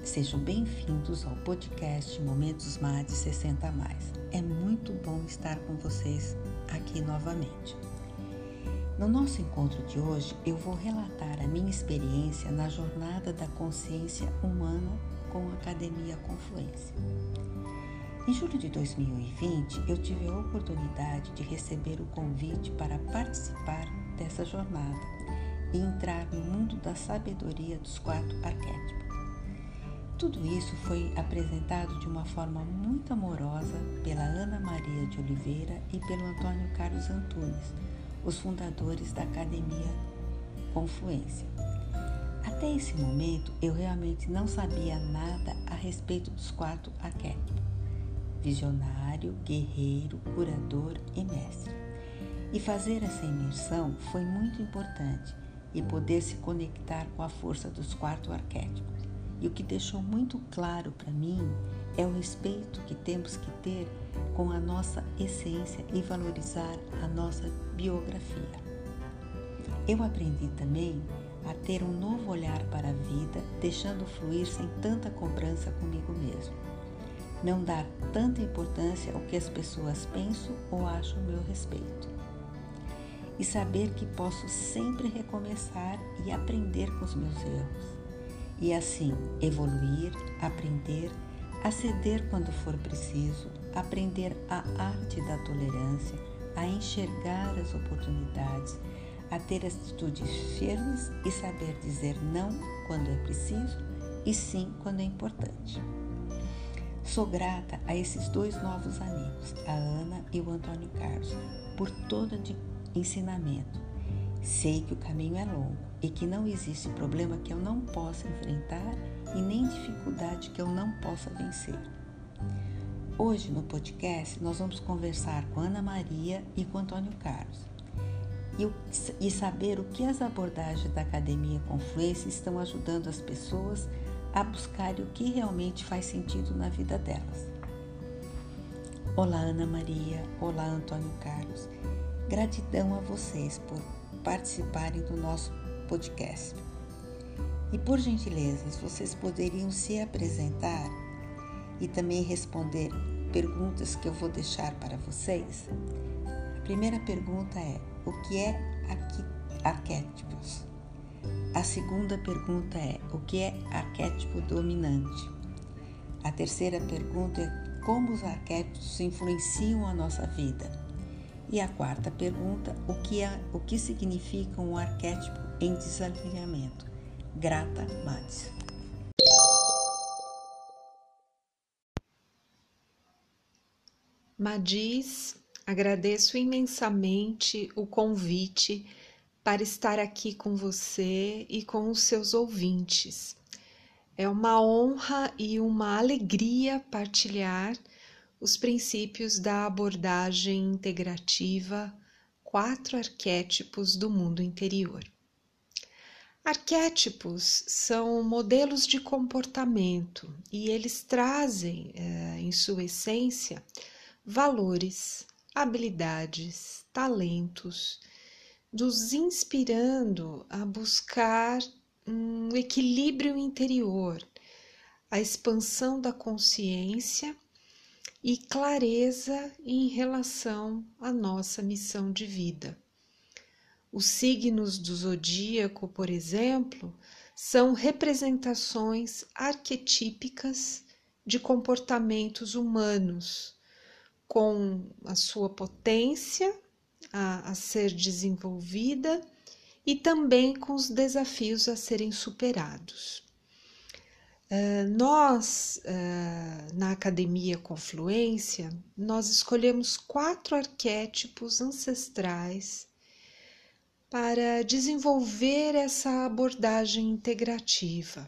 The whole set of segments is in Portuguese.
Sejam bem-vindos ao podcast Momentos MAD 60 a mais. É muito bom estar com vocês aqui novamente. No nosso encontro de hoje, eu vou relatar a minha experiência na jornada da consciência humana com a Academia Confluência. Em julho de 2020, eu tive a oportunidade de receber o convite para participar dessa jornada e entrar no mundo da sabedoria dos 4 arquétipos. Tudo isso foi apresentado de uma forma muito amorosa pela Ana Maria de Oliveira e pelo Antônio Carlos Antunes, os fundadores da Academia Confluência. Até esse momento, eu realmente não sabia nada a respeito dos 4 arquétipos: visionário, guerreiro, curador e mestre. E fazer essa imersão foi muito importante e poder se conectar com a força dos 4 arquétipos. E o que deixou muito claro para mim é o respeito que temos que ter com a nossa essência e valorizar a nossa biografia. Eu aprendi também a ter um novo olhar para a vida, deixando fluir sem tanta cobrança comigo mesmo. Não dar tanta importância ao que as pessoas pensam ou acham a meu respeito. E saber que posso sempre recomeçar e aprender com os meus erros. E assim, evoluir, aprender, a ceder quando for preciso, aprender a arte da tolerância, a enxergar as oportunidades, a ter atitudes firmes e saber dizer não quando é preciso e sim quando é importante. Sou grata a esses 2 novos amigos, a Ana e o Antônio Carlos, por todo o ensinamento. Sei que o caminho é longo e que não existe problema que eu não possa enfrentar e nem dificuldade que eu não possa vencer. Hoje no podcast nós vamos conversar com a Ana Maria e com o Antônio Carlos e saber o que as abordagens da Academia Confluência estão ajudando as pessoas a buscarem o que realmente faz sentido na vida delas. Olá, Ana Maria. Olá, Antônio Carlos. Gratidão a vocês por participarem do nosso podcast. E por gentileza, vocês poderiam se apresentar e também responder perguntas que eu vou deixar para vocês? A primeira pergunta é: o que é arquétipos? A segunda pergunta é: o que é arquétipo dominante? A terceira pergunta é: como os arquétipos influenciam a nossa vida? E a quarta pergunta: o que significa um arquétipo em desalinhamento? Grata, Mads. Madis, agradeço imensamente o convite para estar aqui com você e com os seus ouvintes. É uma honra e uma alegria partilhar os princípios da abordagem integrativa 4 arquétipos do mundo interior. Arquétipos são modelos de comportamento e eles trazem, em sua essência, valores, habilidades, talentos, nos inspirando a buscar um equilíbrio interior, a expansão da consciência e clareza em relação à nossa missão de vida. Os signos do zodíaco, por exemplo, são representações arquetípicas de comportamentos humanos, com a sua potência a ser desenvolvida e também com os desafios a serem superados. Nós, na Academia Confluência, nós escolhemos 4 arquétipos ancestrais para desenvolver essa abordagem integrativa.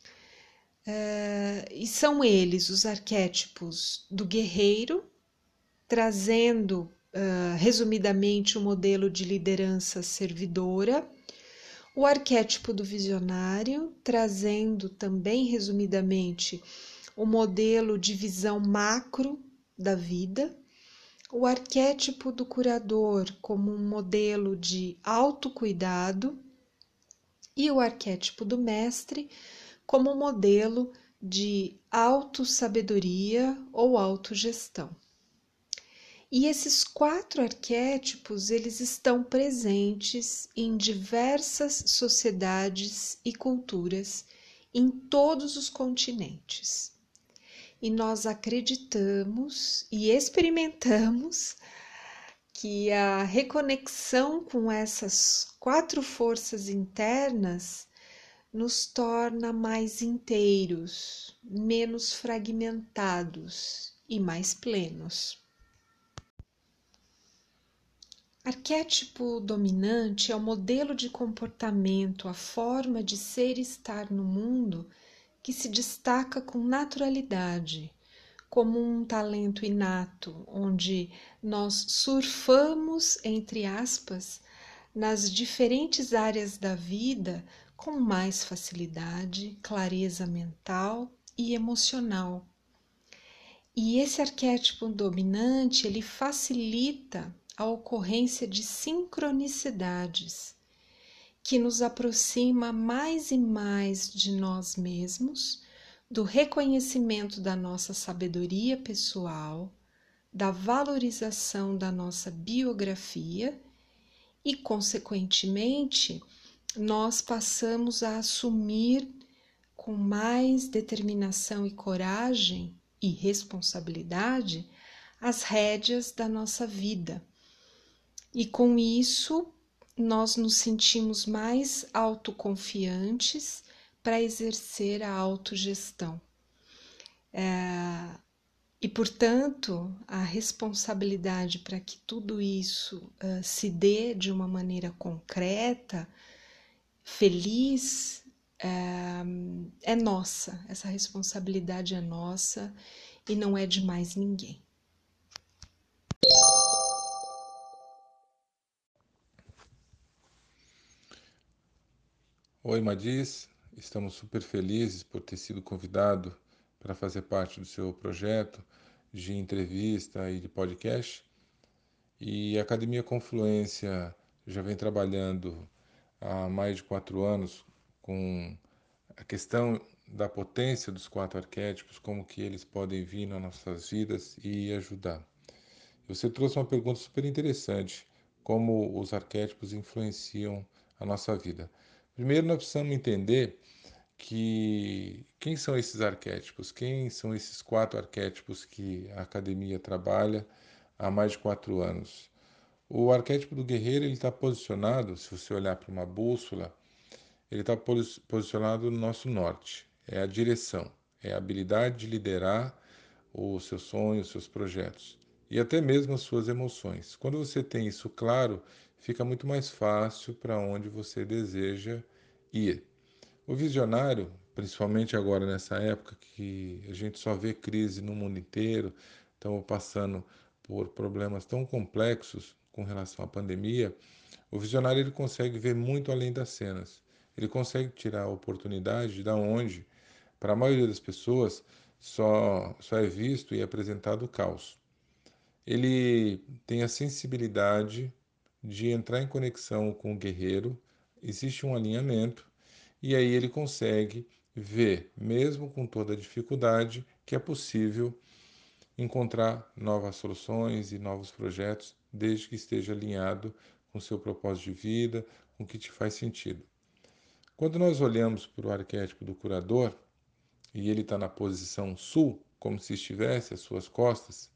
E são eles os arquétipos do guerreiro, trazendo resumidamente o modelo de liderança servidora, o arquétipo do visionário, trazendo também resumidamente o modelo de visão macro da vida, o arquétipo do curador como um modelo de autocuidado e o arquétipo do mestre como um modelo de autossabedoria ou autogestão. E esses 4 arquétipos, eles estão presentes em diversas sociedades e culturas em todos os continentes. E nós acreditamos e experimentamos que a reconexão com essas 4 forças internas nos torna mais inteiros, menos fragmentados e mais plenos. Arquétipo dominante é o modelo de comportamento, a forma de ser e estar no mundo que se destaca com naturalidade, como um talento inato, onde nós surfamos, entre aspas, nas diferentes áreas da vida com mais facilidade, clareza mental e emocional. E esse arquétipo dominante, ele facilita a ocorrência de sincronicidades, que nos aproxima mais e mais de nós mesmos, do reconhecimento da nossa sabedoria pessoal, da valorização da nossa biografia e, consequentemente, nós passamos a assumir com mais determinação e coragem e responsabilidade as rédeas da nossa vida. E com isso, nós nos sentimos mais autoconfiantes para exercer a autogestão. E, portanto, a responsabilidade para que tudo isso se dê de uma maneira concreta, feliz, é nossa. Essa responsabilidade é nossa e não é de mais ninguém. Oi, Madis, estamos super felizes por ter sido convidado para fazer parte do seu projeto de entrevista e de podcast. E a Academia Confluência já vem trabalhando há mais de 4 anos com a questão da potência dos 4 arquétipos, como que eles podem vir nas nossas vidas e ajudar. Você trouxe uma pergunta super interessante, como os arquétipos influenciam a nossa vida. Primeiro, nós precisamos entender quem são esses arquétipos, quem são esses 4 arquétipos que a academia trabalha há mais de 4 anos. O arquétipo do guerreiro ele está posicionado, se você olhar para uma bússola, ele está posicionado no nosso norte, é a direção, é a habilidade de liderar os seus sonhos, os seus projetos e até mesmo as suas emoções. Quando você tem isso claro, fica muito mais fácil para onde você deseja ir. O visionário, principalmente agora nessa época que a gente só vê crise no mundo inteiro, estamos passando por problemas tão complexos com relação à pandemia, o visionário ele consegue ver muito além das cenas. Ele consegue tirar a oportunidade da onde, para a maioria das pessoas, só é visto e apresentado o caos. Ele tem a sensibilidade de entrar em conexão com o guerreiro, existe um alinhamento, e aí ele consegue ver, mesmo com toda a dificuldade, que é possível encontrar novas soluções e novos projetos, desde que esteja alinhado com o seu propósito de vida, com o que te faz sentido. Quando nós olhamos para o arquétipo do curador, e ele está na posição sul, como se estivesse às suas costas,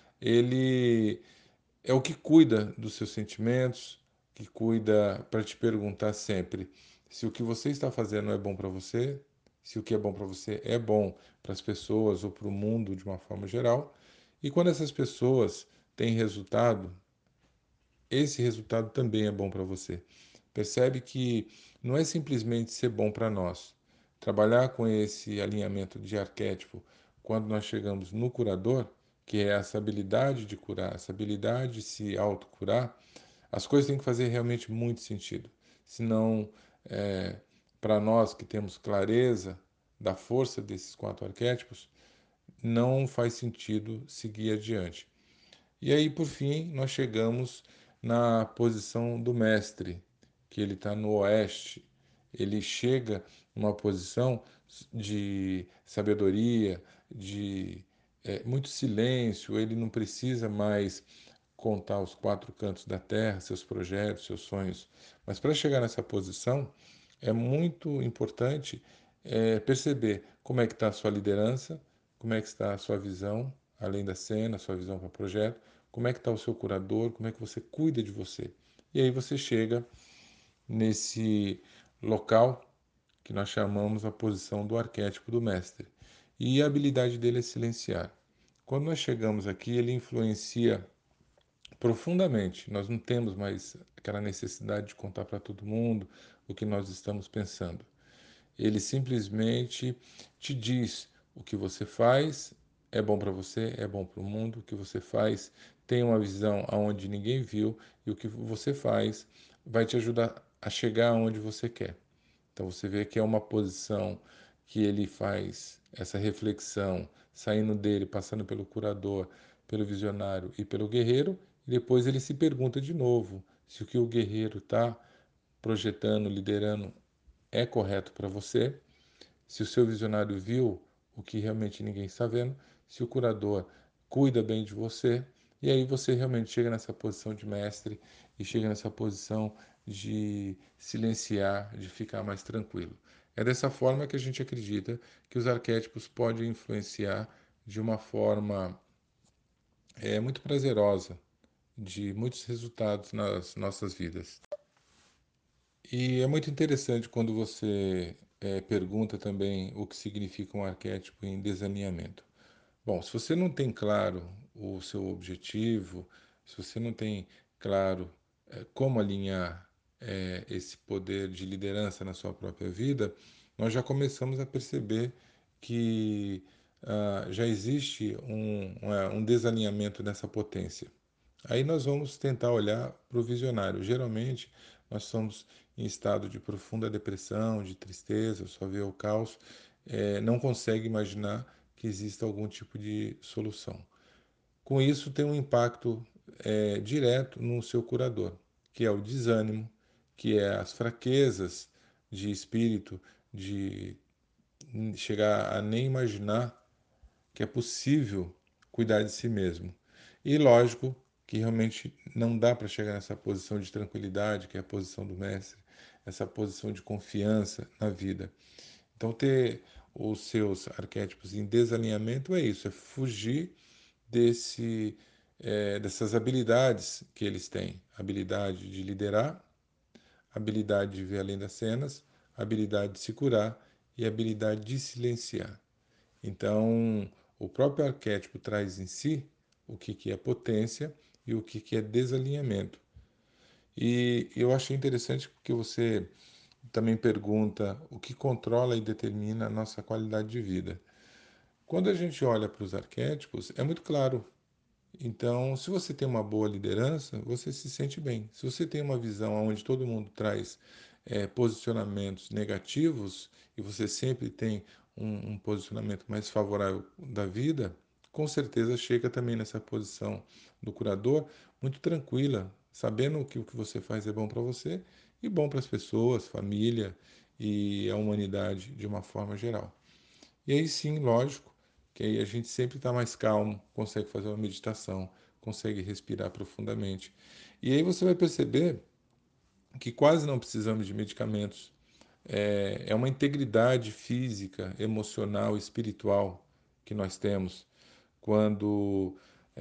ele é o que cuida dos seus sentimentos, que cuida para te perguntar sempre se o que você está fazendo é bom para você, se o que é bom para você é bom para as pessoas ou para o mundo de uma forma geral. E quando essas pessoas têm resultado, esse resultado também é bom para você. Percebe que não é simplesmente ser bom para nós. Trabalhar com esse alinhamento de arquétipo quando nós chegamos no curador, que é essa habilidade de curar, essa habilidade de se autocurar, as coisas têm que fazer realmente muito sentido. Senão, para nós que temos clareza da força desses 4 arquétipos, não faz sentido seguir adiante. E aí, por fim, nós chegamos na posição do mestre, que ele está no oeste. Ele chega numa posição de sabedoria, de muito silêncio, ele não precisa mais contar os quatro cantos da terra, seus projetos, seus sonhos. Mas para chegar nessa posição, é muito importante perceber como é que está a sua liderança, como é que está a sua visão, além da cena, a sua visão para o projeto, como é que está o seu curador, como é que você cuida de você. E aí você chega nesse local que nós chamamos a posição do arquétipo do mestre. E a habilidade dele é silenciar. Quando nós chegamos aqui, ele influencia profundamente. Nós não temos mais aquela necessidade de contar para todo mundo o que nós estamos pensando. Ele simplesmente te diz o que você faz é bom para você, é bom para o mundo, o que você faz tem uma visão aonde ninguém viu e o que você faz vai te ajudar a chegar aonde você quer. Então você vê que é uma posição que ele faz essa reflexão, saindo dele, passando pelo curador, pelo visionário e pelo guerreiro, e depois ele se pergunta de novo se o que o guerreiro está projetando, liderando é correto para você, se o seu visionário viu o que realmente ninguém está vendo, se o curador cuida bem de você, e aí você realmente chega nessa posição de mestre e chega nessa posição de silenciar, de ficar mais tranquilo. É dessa forma que a gente acredita que os arquétipos podem influenciar de uma forma muito prazerosa, de muitos resultados nas nossas vidas. E é muito interessante quando você pergunta também o que significa um arquétipo em desalinhamento. Bom, se você não tem claro o seu objetivo, se você não tem claro como alinhar esse poder de liderança na sua própria vida, nós já começamos a perceber que já existe um desalinhamento nessa potência. Aí nós vamos tentar olhar para o visionário. Geralmente nós somos em estado de profunda depressão, de tristeza, só vê o caos, não consegue imaginar que exista algum tipo de solução. Com isso tem um impacto direto no seu curador, que é o desânimo, que é as fraquezas de espírito, de chegar a nem imaginar que é possível cuidar de si mesmo. E lógico que realmente não dá para chegar nessa posição de tranquilidade, que é a posição do mestre, essa posição de confiança na vida. Então, ter os seus arquétipos em desalinhamento é isso, é fugir dessas habilidades que eles têm: habilidade de liderar, habilidade de ver além das cenas, habilidade de se curar e habilidade de silenciar. Então, o próprio arquétipo traz em si o que é potência e o que é desalinhamento. E eu achei interessante porque você também pergunta o que controla e determina a nossa qualidade de vida. Quando a gente olha para os arquétipos, é muito claro. Então, se você tem uma boa liderança, você se sente bem. Se você tem uma visão onde todo mundo traz posicionamentos negativos e você sempre tem um posicionamento mais favorável da vida, com certeza chega também nessa posição do curador muito tranquila, sabendo que o que você faz é bom para você e bom para as pessoas, família e a humanidade de uma forma geral. E aí sim, lógico, que aí a gente sempre está mais calmo, consegue fazer uma meditação, consegue respirar profundamente. E aí você vai perceber que quase não precisamos de medicamentos. É uma integridade física, emocional, espiritual que nós temos quando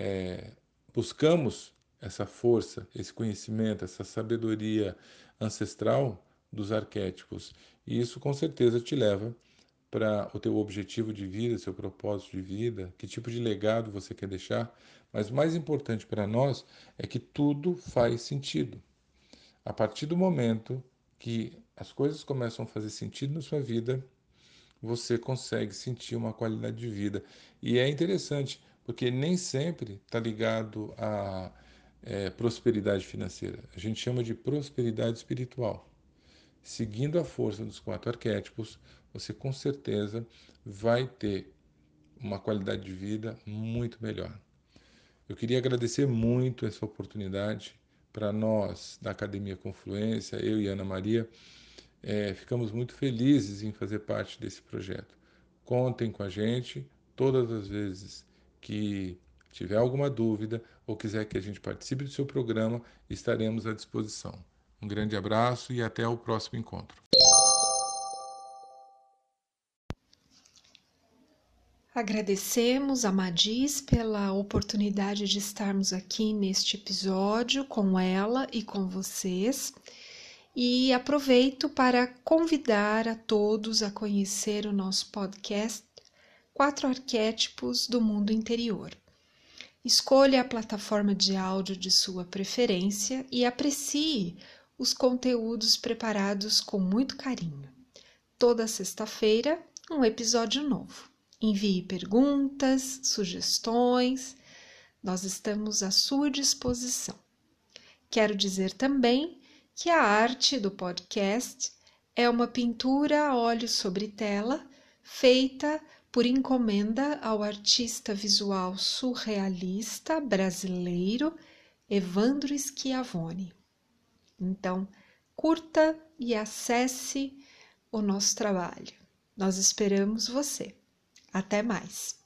buscamos essa força, esse conhecimento, essa sabedoria ancestral dos arquétipos. E isso com certeza te leva para o teu objetivo de vida, seu propósito de vida, que tipo de legado você quer deixar. Mas o mais importante para nós é que tudo faz sentido. A partir do momento que as coisas começam a fazer sentido na sua vida, você consegue sentir uma qualidade de vida. E é interessante, porque nem sempre está ligado a prosperidade financeira. A gente chama de prosperidade espiritual. Seguindo a força dos quatro arquétipos, você com certeza vai ter uma qualidade de vida muito melhor. Eu queria agradecer muito essa oportunidade para nós da Academia Confluência, eu e Ana Maria, ficamos muito felizes em fazer parte desse projeto. Contem com a gente todas as vezes que tiver alguma dúvida ou quiser que a gente participe do seu programa, estaremos à disposição. Um grande abraço e até o próximo encontro. Agradecemos a Madis pela oportunidade de estarmos aqui neste episódio com ela e com vocês. E aproveito para convidar a todos a conhecer o nosso podcast 4 Arquétipos do Mundo Interior. Escolha a plataforma de áudio de sua preferência e aprecie os conteúdos preparados com muito carinho. Toda sexta-feira, um episódio novo. Envie perguntas, sugestões, nós estamos à sua disposição. Quero dizer também que a arte do podcast é uma pintura a óleo sobre tela feita por encomenda ao artista visual surrealista brasileiro Evandro Schiavone. Então, curta e acesse o nosso trabalho. Nós esperamos você. Até mais!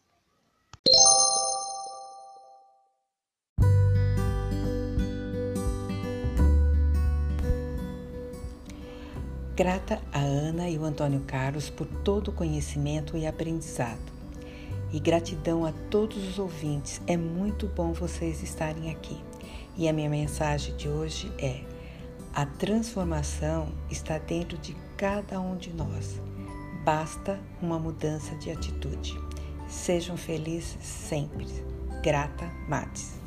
Grata a Ana e o Antônio Carlos por todo o conhecimento e aprendizado. E gratidão a todos os ouvintes. É muito bom vocês estarem aqui. E a minha mensagem de hoje é: a transformação está dentro de cada um de nós. Basta uma mudança de atitude. Sejam felizes sempre. Grata, Madis.